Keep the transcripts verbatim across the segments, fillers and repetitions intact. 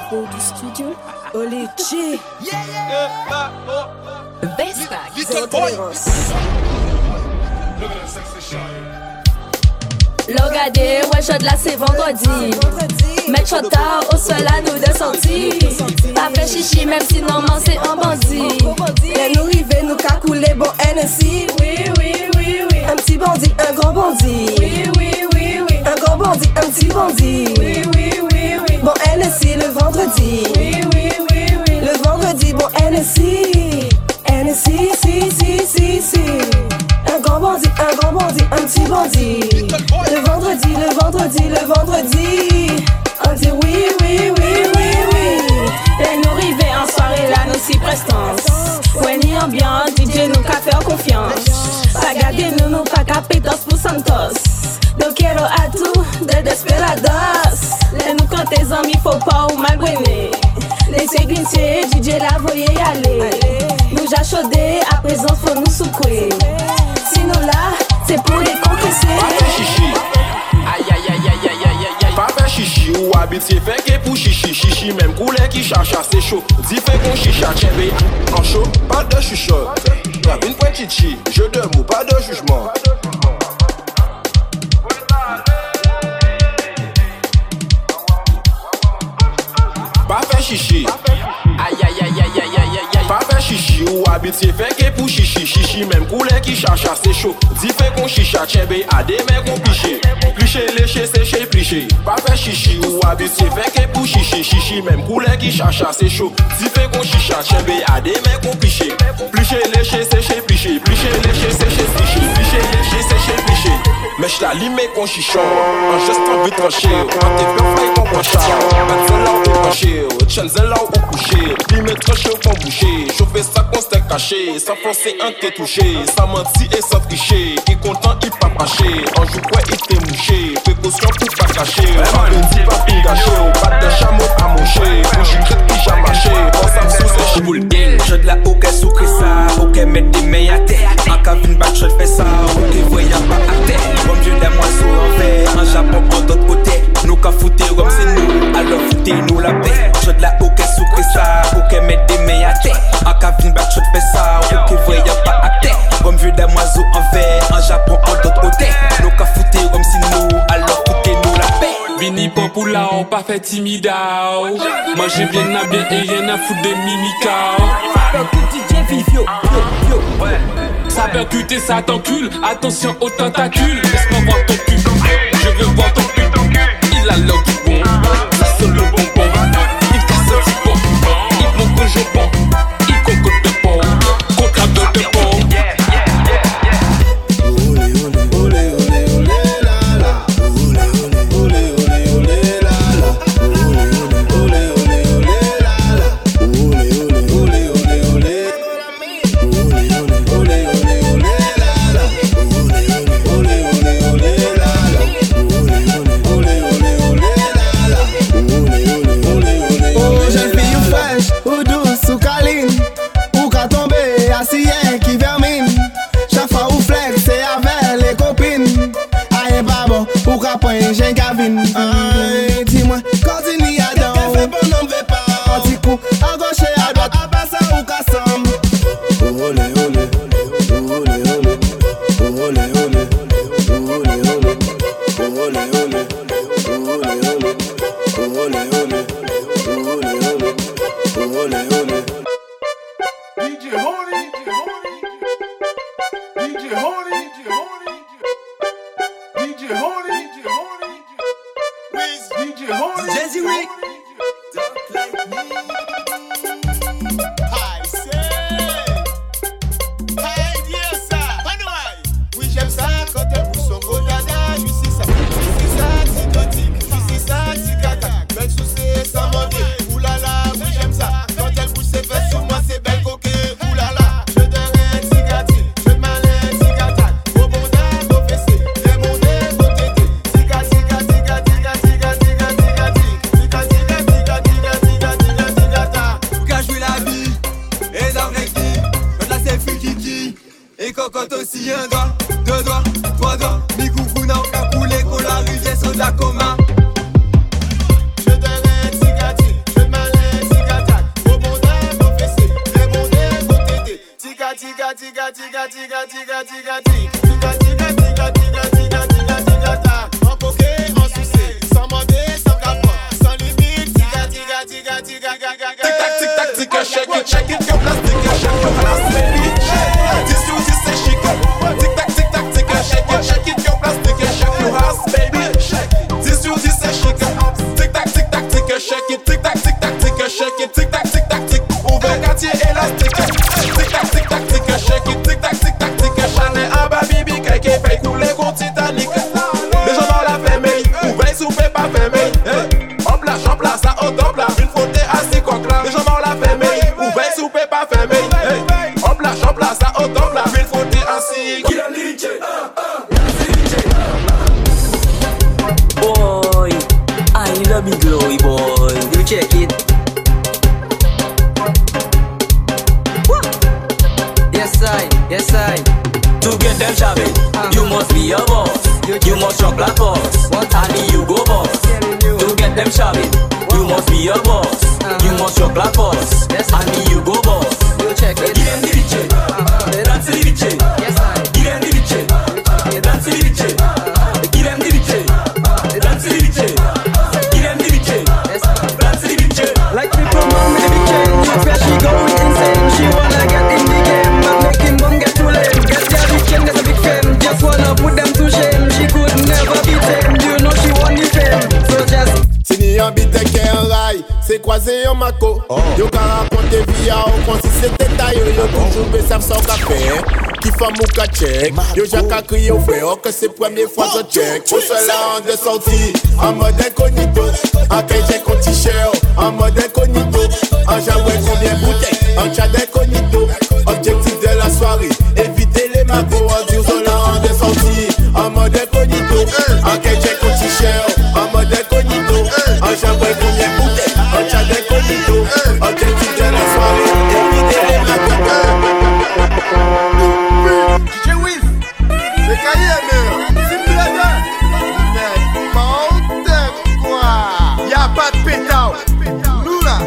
pro du studio, Olichi. Yeah, yeah. Vespa, Little boy. L'ogade, ouais, je de là, c'est vendredi. Mettre shot tard au sol à nous de sortie. Pas fait chichi, même si normalement c'est un bandit. Les nous river, nous cacouler, bon N S I. Oui, oui, oui, oui. Un petit bandit, un grand bandit. Oui, oui, oui, oui. Un grand bandit, un petit bandit. Oui, oui, oui, oui. Bon N S I le vendredi. Oui, oui, oui, oui. Le vendredi, bon N S I. N S I, si, si, si, si. Un grand bandit, un grand bandit, un petit bandit. Le vendredi, le vendredi, le vendredi. On dit oui, oui, oui, oui, oui. Les nous river en soirée là, nous si prestance. Ouais, ni ambiance, D J nous qu'a faire confiance. Pas garder nous, nous pas qu'à pétos pour Santos. Donc quiero a tout de Desperados. Les nous quand tes amis faut pas ou mal gouiner. Laissez grincher, D J la voyez y aller. Nous j'ai chaudé, à présent faut nous souquer. Sinon là, c'est pour les concusser. Aïe aïe aïe aïe aïe aïe aïe. Pas faire chichi ou habitué fait que pour chichi. Chichi même couler qui chacha c'est chaud. Dis fait qu'on chicha tchèbe en chaud. Pas de chuchote. Une pointe chichi. Jeu de mots, pas de jugement. Pas faire chichi. Aïe aïe aïe aïe aïe aïe aïe. Pas faire chichi ou habitué fait que pour chichi. Chichi même couler qui chacha c'est chaud. Dis fait qu'on chicha tchèbe à des mecs qu'on piché. Pliché, léché, séché, pliché. Pas faire chichi ou habitué fait que pour chichi. Chichi même couler qui chacha c'est chaud. Dis fait qu'on chicha tchèbe à des mecs qu'on piché. Pliché, léché, séché, pliché. Pliché, léché, séché, pliché. Pliché, léché, séché, pliché. Mais j'la limé qu'on chichon. En geste en vite tranché. Quand t'es bien faille qu'on brancha. Maintenant là où branché. Tchenzel là où couché. Limé tranché ou qu'on bouché. Chauffer ça qu'on s'était caché. Sans forcer un t'es touché. Sans mentir et sans tricher. Il content, il pas caché. En joue quoi il t'est mouché. Précaution pour pas cacher. On ne dit pas pour gâcher. On bat de chameau à moucher. On chicrette qui j'ai marché. On s'en sous c'est chiboule gang. Je de la ok sucré ça. Ok mettre des mains à terre. En cabine back je fais ça. Ok voyez pas à terre. Comme Dieu d'un moiseau en verre. En Japon en d'autres côtés. Nous qu'à fouter comme c'est nous. Alors foutez-nous la paix. Je de la ok sucré ça. Ok mettre des mains à terre. En cabine back je fais ça. Ok voyez pas à terre. Comme Dieu d'un moiseau en verre. En Japon en d'autres côtés. Nous qu'à fouter comme c'est nous. Alors foutez-nous la paix. Vini pan pour là, on pas fait timida. Manger bien à bien et rien à foutre de mimika. Ça percute, ça t'encule. Attention aux tentacules. Laisse-moi voir ton cul. Je veux voir ton cul. Il a l'œil du bon. Ça sent le bonbon. Il casse un petit bon. Il manque le jambon. Il concote de bon. Contrat de bon. Dis-moi, continue à danser. Fais bon, non, vais pas. Un petit coup, à gauche et à droite. À bas ça ou qu'à somme. Olé, olé, olé, olé, olé, olé, olé, olé, olé, olé, olé. D J Honey, D J Honey, D J Honey, D J Honey, Jazzy Rick. Don't like me. I say, hey, yes, sir. Oui, j'aime ça quand elle pousse son gros dada. Je suis ça, je suis ça, psychotique. Je suis ça, psychata. Belle soucis, sans manger. Oulala, oui, j'aime ça. Quand elle pousse ses fesses sur moi, c'est belle coquée. Oulala, je devrais être cigatine. Je m'allais cigata. Au bon dame, au fessé. Démondé, au tété. Ciga, ciga, ciga, ciga, ciga, ciga, ciga, ciga, ciga. tiga, tiga, tiga, tiga, tiga, tiga, tiga, tiga, tiga, ta. En poké, en sucé, sans demander, sans capote, sans limite. Tiga, tiga, tiga, tiga, tiga, tiga. Tic tac, tic tac, tic shake it, shake it, your plastic, shake your ass, baby. This you this say shake it. Tic tac, tic tac, tic shake it, shake it, your plastic, shake your ass, baby. This you this say shake it. Tic tac, tic tac, tic shake it, tic tac, tic tac, tic shake it, tic tac, tic tac, tic. Ouvert quartier élastique. Tic tac, tic tac, tic shake it, tic tac, tic tac, tic. Chanel en bas, bibi, keke, fait couler con Titanic. Les gens dans la famille, ouvert souper pas fermé. Hop là, j'en place ça, au top là. Une faute assez coq là. Les gens dans la famille, ouvert souper pas fermé. Hop là, j'en place ça, au top là. Une faute assez coq. Boy, I love you, glory boy. You check it. Yes I, yes I. To get them shabby, you must be a boss. You must rock like boss. And you go boss. To get them shabby, you must be a boss. You must rock like boss. And you go boss. You check it. Give them the bitch. Dance the bitch. Yes I. Give them the bitch. Dance the bitch. Give them the bitch. Dance the bitch. Give them the bitch. Dance the bitch. Like people know me the big chain. You where she going insane. She wanna get in the game, but make him bum get too lame. Get their big chain, get a big fame. Just wanna put them to shame. She could never be tamed. You know she want the fame. So just Si ni yon bite ke yon ray, se kwaze yon mako. Yo ka raconte via ou kon si se détail. Yo toujou be sav son ka fe, ki fam ou ka check. Yo jak a kriye ou fe, que c'est première fois je check. Tout seul en de sortie, en mode incognito. En j'ai con t-shirt, en mode incognito. En j'envoie combien bouteilles, en chat d'incognito. Objectif de la soirée, éviter les magos. En dire seul en de sortie, en mode incognito. En j'ai con t-shirt, en mode incognito. En j'envoie combien bouteilles, en chat d'incognito. Objectif de la soirée, éviter les magos. D J Wiz, le cahier mère, c'est blada. Mais mountain quoi, y'a pas de pétard. Nous là,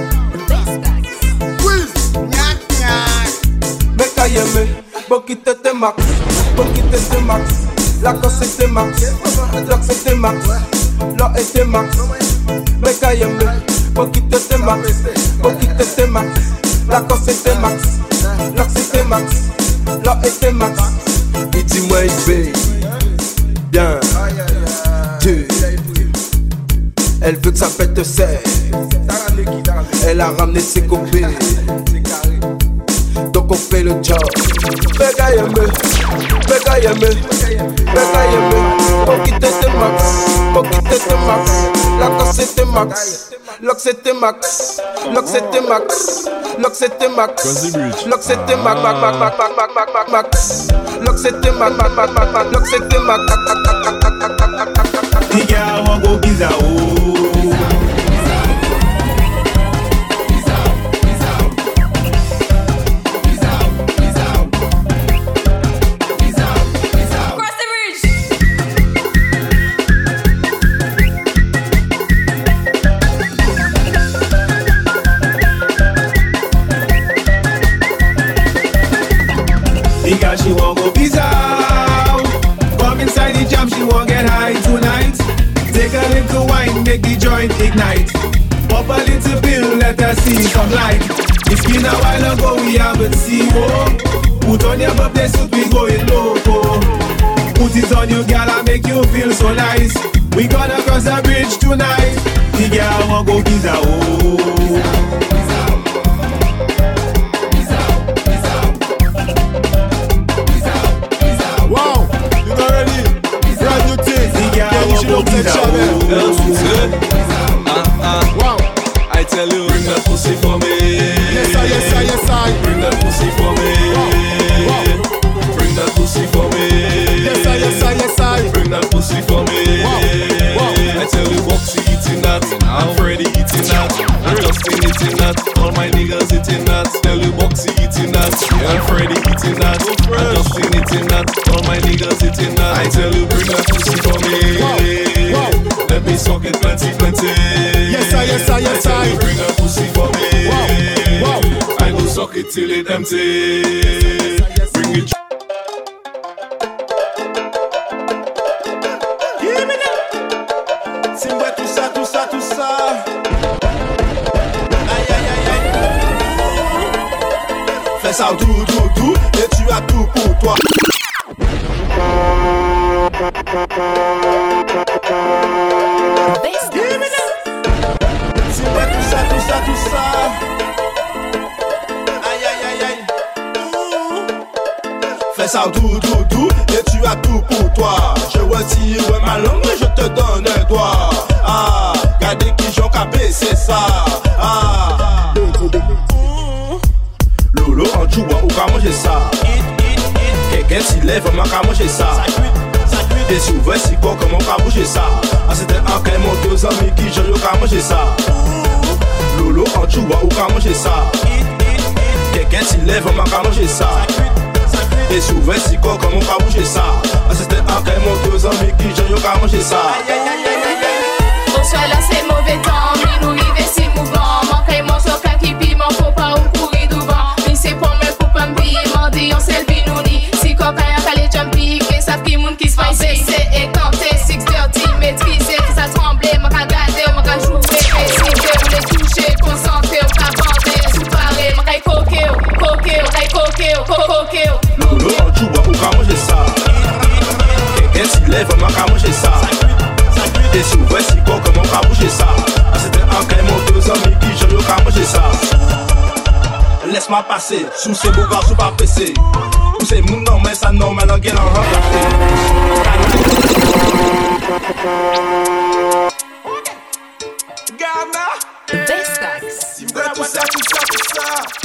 Wiz, gnac gnac. Me cahier me, boquite te max, boquite te max. La cosse était max, l'ox était max, l'or était max. Me cahier me, boquite te max, boquite te max. La cosse était max, l'ox était max, l'or était max. Il dit moi il paye, bien, Dieu. Elle veut que ça pète sec, elle a ramené ses copines. Donc on fait le job. Bega yeme, bega yeme, bega yeme. Pour quitter tes max, pour quitter tes max. La cosse c'était max, l'ox c'était max, l'ox c'était max, l'ox c'était max, l'ox c'était max, max, max, max, max, max, max, max. L'ox c'était max, max, max, max, max, l'ox c'était max. The girl want go Giza, oh. She won't go pizza. Come inside the jam, she won't get high tonight. Take a little wine, make the joint ignite. Pop a little pill, let her see some light. It's been a while ago, we haven't seen more. Put on your birthday suit, we going loco. Put it on you, girl, and make you feel so nice. We gonna cross the bridge tonight. The girl won't go pizza, oh. Wow, I tell you, bring that pussy for me. Yes, I, yes, I, yes, I. Bring that pussy for me. Wow. Bring that pussy for me. Yes, I, yes, I, yes, I. Bring that pussy for me. Wow. I tell you, Boxy eating that, I'm Freddy eating that, I'm Justin eating that, all my niggas eating that. Tell you, Boxy eating that, I'm Freddy eating that, I'm Justin eating that, all my niggas eating that. I tell you, bring that pussy for me. Wow. Let me suck it plenty, plenty. Yes, I, yes, I, yes, I. I tell you, bring that pussy for me. Wow. Wow. I go suck it till it empty. Bring it. Timbre tout ça, tout ça, tout ça. Aïe aïe aïe aïe. Fais ça tout, tout, tout, et tu as tout pour toi. Timbre tout ça, tout ça, tout ça. Aïe aïe aïe aïe. Fais ça tout, tout, tout, et tu as tout pour toi. Je retire ma langue et je te donne un doigt. Ah, regardez qui j'en capé, c'est ça. Ah, Lolo en joua, ou qu'à manger ça. Quelqu'un s'y lève, on qu'à manger ça. Et si vous voyez si quoi, comment qu'à manger ça. Ah, c'était un qu'à monter aux amis qui j'en qu'à manger ça. Lolo en joua, ou qu'à manger ça. Quelqu'un s'y lève, on qu'à manger ça. Et si vous voyez si quoi, comment qu'à manger ça. Ah, c'était un qu'à monter aux amis qui j'en qu'à manger ça. Bonsoir là c'est mauvais temps, mais nous vivons si mouvant. Manquez mon soc qui piment, faut pas ou courir devant. Mais c'est pour me pour pas me payer, m'en dit on selfie nous dit. Si coca y'a calé jumpy, que ça qui moun qui se fasse c'est écanté, six dirty, maîtrisé, ça tremblé, m'en qu'a gardé, m'en qu'a joué, excité, on les touché, concentré, on qu'a bandé, souparé, m'en qu'a coqué, coqué, m'en qu'a coqué, coqué. Lolo en joua, ou qu'a manger ça. Quelqu'un s'y lève, m'en qu'a manger ça. Et si vous voyez si quoi, comment qu'a bouger ça. Ah, c'était un qu'à monter aux amis qui j'en qu'à manger ça. Laisse-moi passer, sous ces beaux gars, sous pas pressé. Ou c'est mon nom, mais ça non, mais la gueule en remplacé. Ghana. Vestax. Timbre tout ça, tout ça, tout ça.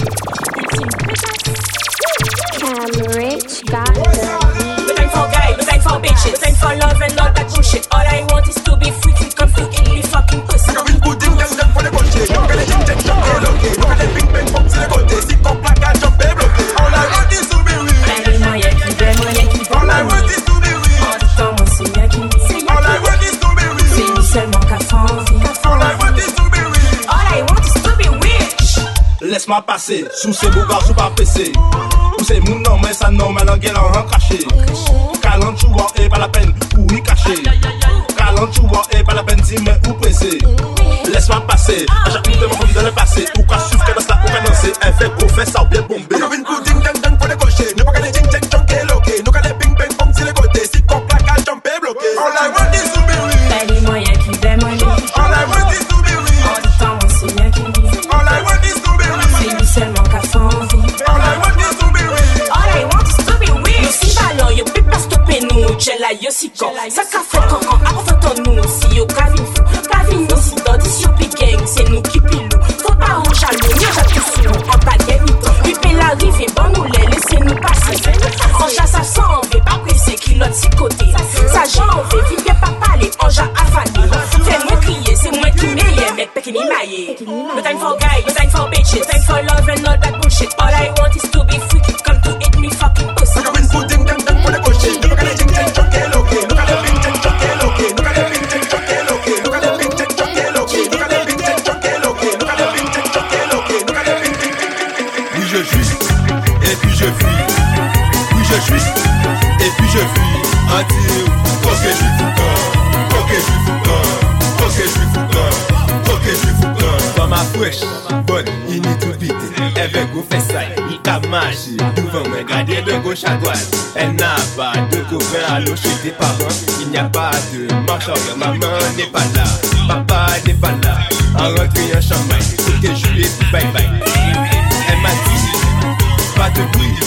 Cam Rich got The time for guys, the time for bitches, the time for love and all that bullshit. All I want is to be free to come to in me fucking pussy. I will put in them for the country. Look at the injection, bloqué. Look at the big bang box in the côté. Si ton placard jump est bloqué. All I want is to be real. Baby, moi y'a qui veut, moi y'a qui veut. All I want is to be real. En tout temps, moi c'est y'a qui veut. All I want is to be real. C'est nous seulement qu'à s'envie. All I want is to be real. All I want is to be rich. Laisse-moi passer, sous ces beaux gars, sous pas pressé. Ou c'est mon nom, mais ça non, mais la gueule en rang caché. Calanchoua est pas la peine, ou y cacher. Calanchoua est pas la peine, dis-moi ou pressé. Laisse-moi passer, à chaque minute de mon vie dans le passé. Ou qu'à suivre, qu'à cela, ou qu'à danser. Un fait gros, fait ça ou bien bombé. Nous avons une ding dang pour les cocher. Nous pas qu'à les ding dang chunké loqué. Nous qu'à les ping ping pong sur les côtés. Si ton placard jump est bloqué. All I want is to be real. Baby, moi y'a qui veut, moi y'a qui veut. All I want is to be real. En tout temps, moi c'est y'a qui veut. All I want is to be real. C'est nous seulement qu'à s'envie. All I want is to be real. All I want is to be rich. Nous si ballon, yo peut pas stopper nous. Tchela yo si con. Ça qu'a fait cancan, avant fait nous. Si yo Kavin fou, Kavin nous si dans dix yo pi gang. C'est nous qui pilou. Faut pas en jaloux, ni j'appuie sur nous. En baguette, ni ton. Puis peut l'arriver, bon nous les laissez-nous passer. En chat ça s'en va, pas pressé, qui l'autre si côté. Ça j'en vais, vite bien pas parler, en chat avalé. Fais-moi crier, c'est moi qui m'aille, mec, pek ni maille. No time for guys, no time for bitches, no time for love and all that bullshit. All I want is to be free, come to eat me fucking pussy. Nous avons une ding dang dang pour les cocher. Nous pas qu'à les ding dang chunké loqué. Nous qu'à les ping dang chunké loqué. Nous qu'à les ping dang chunké loqué. Nous qu'à les ping dang chunké loqué. Nous qu'à les ping dang chunké loqué. Nous qu'à les ping dang chunké loqué. Nous qu'à les ping dang. Oui je suis, et puis je fuis. Oui je suis, et puis je fuis. Anti-ou, parce que je suis foucan. Parce que je suis foucan. Parce que je suis foucan. Parce que je suis foucan. Femme à fraîche, bonne, il n'y tout vite. Elle veut go faire ça, il a marché. Devant moi, garder de gauche à droite. Elle n'a pas de copain à l'eau chez tes parents. Il n'y a pas de marche arrière, maman n'est pas là. Papa n'est pas là. En rentrée en chambre, faut que je lui ai dit bye bye. Elle m'a dit, pas de bruit.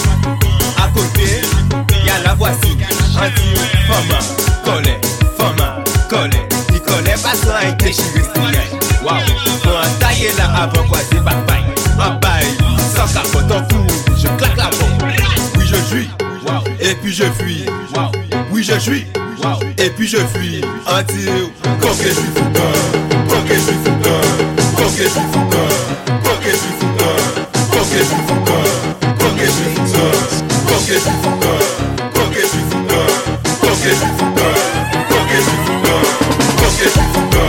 À côté, y'a la voici. Anti, femme, collet, femme, collet. Il connaît pas ça, il déchire ce qu'il y a. Waouh, faut en tailler là avant croiser ma paille. En baille, sans capote en fou, je claque la bombe. Oui je suis, et puis je fuis. Oui je suis, et puis je fuis. Anti, quand que je suis foucan, quand que je suis foucan, quand que je suis foucan, quand que je suis foucan, quand que je suis foucan, quand que je suis foucan, quand que je suis foucan, quand que je suis foucan, quand que je suis foucan, quand que je suis foucan, quand que je suis foucan.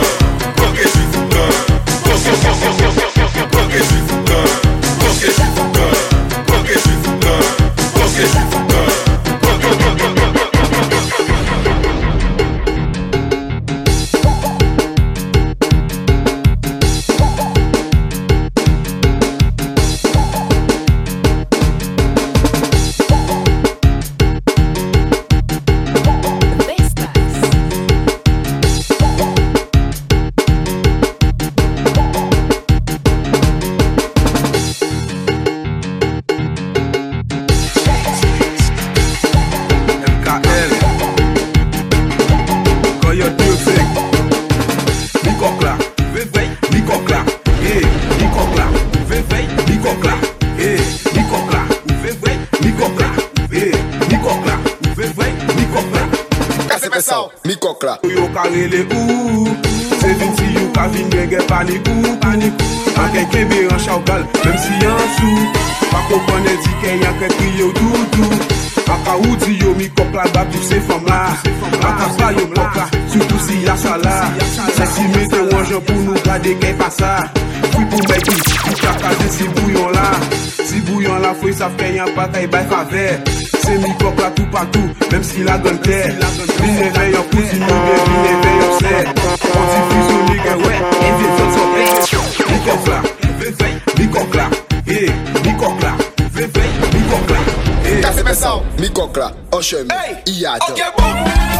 coq là, veille, veille, mi coq là, eh, mi coq là, veille, veille, mi coq là, eh, mi coq là, veille, veille, mi coq là, eh, mi coq là, veille, veille, mi coq là. Qu'est-ce que c'est ça? Mi coq là. Yo carré les ou, c'est vite si yo kavin bien panique ou panique. En quelqu'un bien en chaugal, même si en sous, pas qu'on connaît dit qu'il y a quelqu'un qui yo doudou. Aka ou di yo mi coq là bas pour ces femmes là. Aka pas yo coq là, surtout si y'a ça là. C'est si mettez un gens pour nous garder qu'est pas ça. Puis pour mec qui, pour cacaser si bouillon là. Si bouillon là, faut ça fait y'a pas taille bail faveur. C'est mi coq là tout partout, même si la gonne terre. Vine veille en pousse, vine veille en serre. On dit fusion nigga ouais, et des autres sont bêtes. Mi coq là, veille, mi coq là, eh, mi coq là, veille, mi coq là. Qu'est-ce que ça? Mi coq là, en chemin, il y a tout. Ok, bon.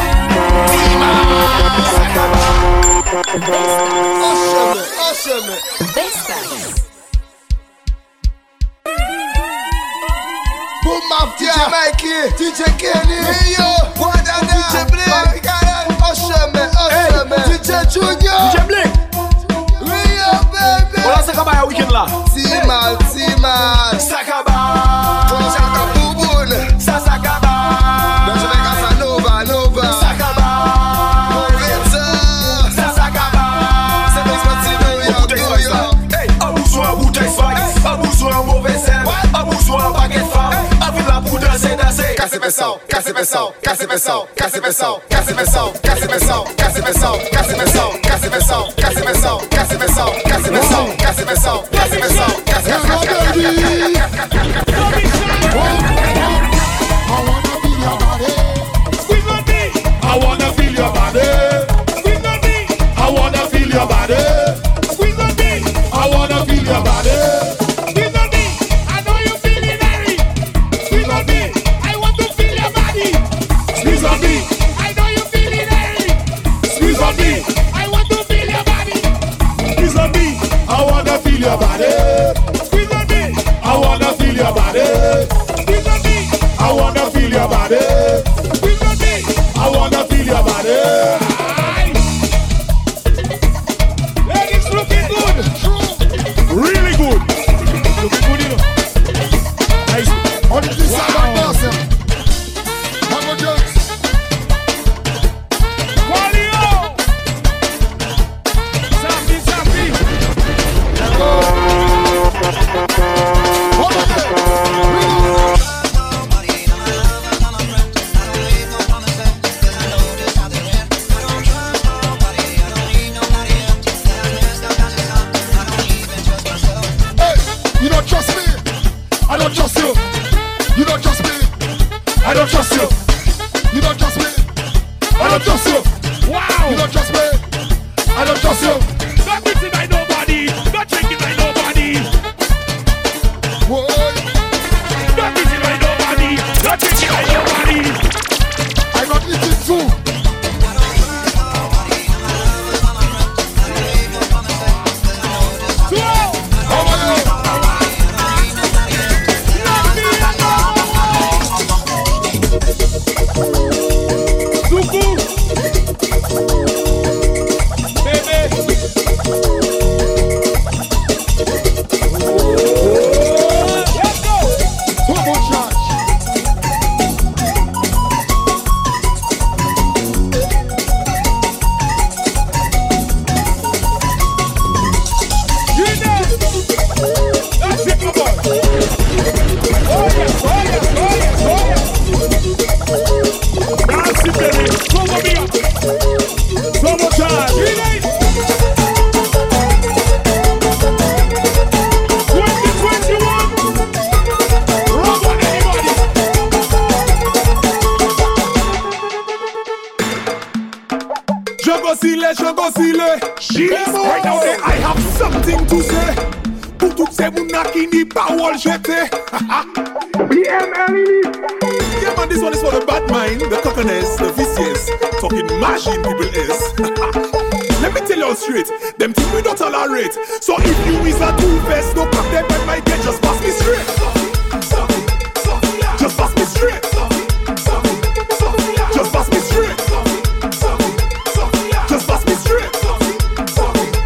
En chemin, en chemin. Boom Mafia, D J Mikey, D J Kenny, Rio, Guadana, D J Blink, en chemin, en chemin. D J Junior, D J Blink, Rio baby. Voilà c'est comme un week-end là. Timal, Timal, Sakaba, Chaka Bouboune, ça Sakaba, dans Jamaica ça Nova, Nova, Sakaba, Movita, ça Sakaba, c'est l'expert New York, New York. Hey, un bouson, un bouteille spice, un bouson, un mauvais sel, un bouson, un baguette femme, avec la poudre danser, danser. Casse pesão, casse pesão, casse pesão, casse pesão, casse pesão, casse pesão, casse pesão, casse pesão, casse pesão, casse pesão, casse pesão, casse pesão, casse pesão, casse pesão, casse I wanna feel your body. Squeeze on me. I wanna feel your body. Squeeze on me. I wanna feel your body. Squeeze on me. I know you feel it, Harry. Squeeze on me. I want to feel your body. Squeeze on me. I know you feel it, Harry. Squeeze on me. I want to feel your body. Squeeze on me. I wanna feel your body. Squeeze on me. I wanna feel your body. Squeeze on me. I wanna feel your body. Squeeze on me. I wanna feel your body. Ladies looking good. Really good. Looking good, you know. Nice. On dit ça va danser. Maman Jones. Qualio. Sampi, Sampi. You don't trust me. I don't trust you. You don't trust me. I don't trust you. You don't trust me. I don't trust you. Wow. You don't trust me. I don't trust you. Not eating like nobody. Not drinking like nobody. Boy, Not eating like nobody. Not drinking like nobody. I got eating too. How are you? Turbo charge. Right now there, I have something to say. Pour toutes ces mounas qui n'y parole jetées. B M L E. Yeah man, this one is for the bad mind, the cockiness, the vicious, talking machine people is. Let me tell you straight, them things we don't tolerate. So if you is a two-face, no come them by my get, just pass me straight. Just pass me straight. Just pass me straight. Just pass me straight.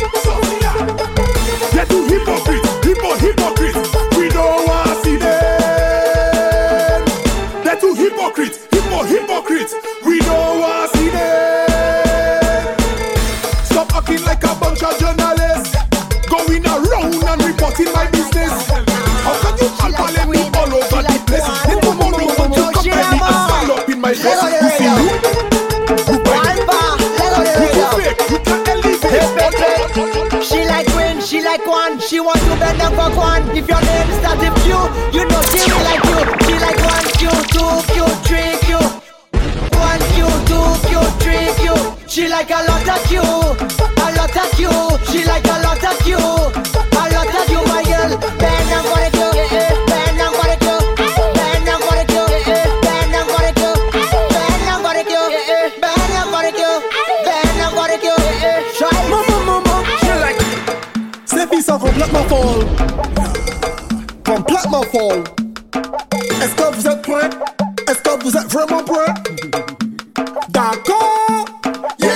not in my business. How can you all follow me all over the place? They come on me when you compare me and stand up in my dress. You see you? You buy you can elevate. She like Queen, she like one. She want to bend down for one. If your name starts with Q, you know she will like you. She like one Q, two Q, three Q. One Q, two Q, three Q. She like a lot of Q, a lot of Q. She like a lot of Q, a lot of Q, my girl. Bend down for the Q, bend down for the Q, bend down for the Q, bend down for the Q, bend down for the Q, bend down for the Q, bend down for the Q. Try, mama, mama. She like. Ces filles sont complètement folles, complètement folles. Est-ce que vous êtes prêts? Est-ce que vous êtes vraiment prêts? D'accord? Yeah!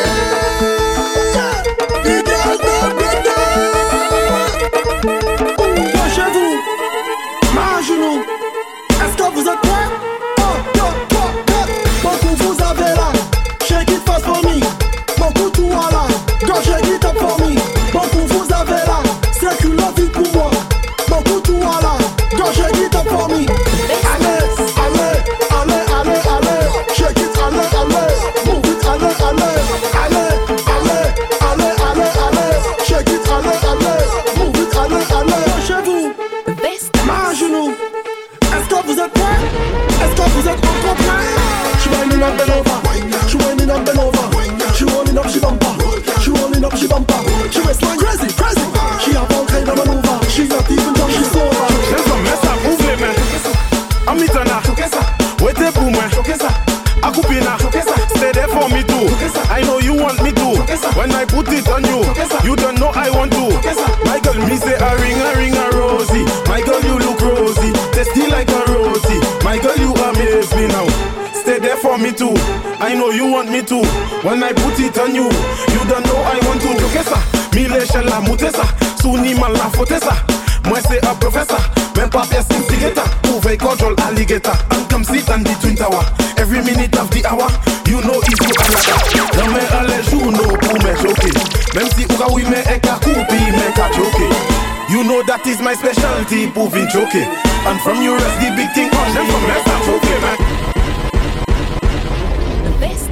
Les gars de Bretagne! Chez-vous, ma genou. Est-ce que vous êtes prêts? Un, deux, trois, quatre. Beaucoup vous avez là. Shake it fast for me. Beaucoup tout à la. Go shake it up for me. Beaucoup vous avez là. C'est que la vie pour moi. Beaucoup tout à la. Go shake it up for me. Allez, allez, allez, allez, allez. Shake it, allez, allez. Move it, allez, allez. Allez, allez, allez, allez, allez. Shake it, allez, allez. Move it, allez, allez. Chez vous, ma genou. Est-ce que vous êtes prêts? Est-ce que vous êtes encore prêts? She winding up and over. She winding up and over. She rolling up, she bumper. She rolling up, she bumper. She waistline crazy, crazy. She have all kind of maneuver. She's not even done, she's sober. J'aime ça, mais ça ouvre les mains. Amitana, wait pour moi. Akupina, stay there for me too. I know you want me to. When I put it on you, you don't know I want to. My girl, me say a ring, a ring, a rosy. My girl, you look rosy, tasty like a rosy. My girl, you amaze me now. Stay there for me too. I know you want me to. When I put it on you, you don't know I want to. Jokesa, mile shella mutesa, suni mal la fotesa. Moi c'est un professor, même pas pièce instigator. Move control alligator, and come sit and between tower. Every minute of the hour, you know it's you alaka. Non mais allez joue no pour me choquer. Même si ouga oui me eka coupi me ka choquer. You know that is my specialty, proving choquer. And from you rest the big thing on them from rest and choquer man. The best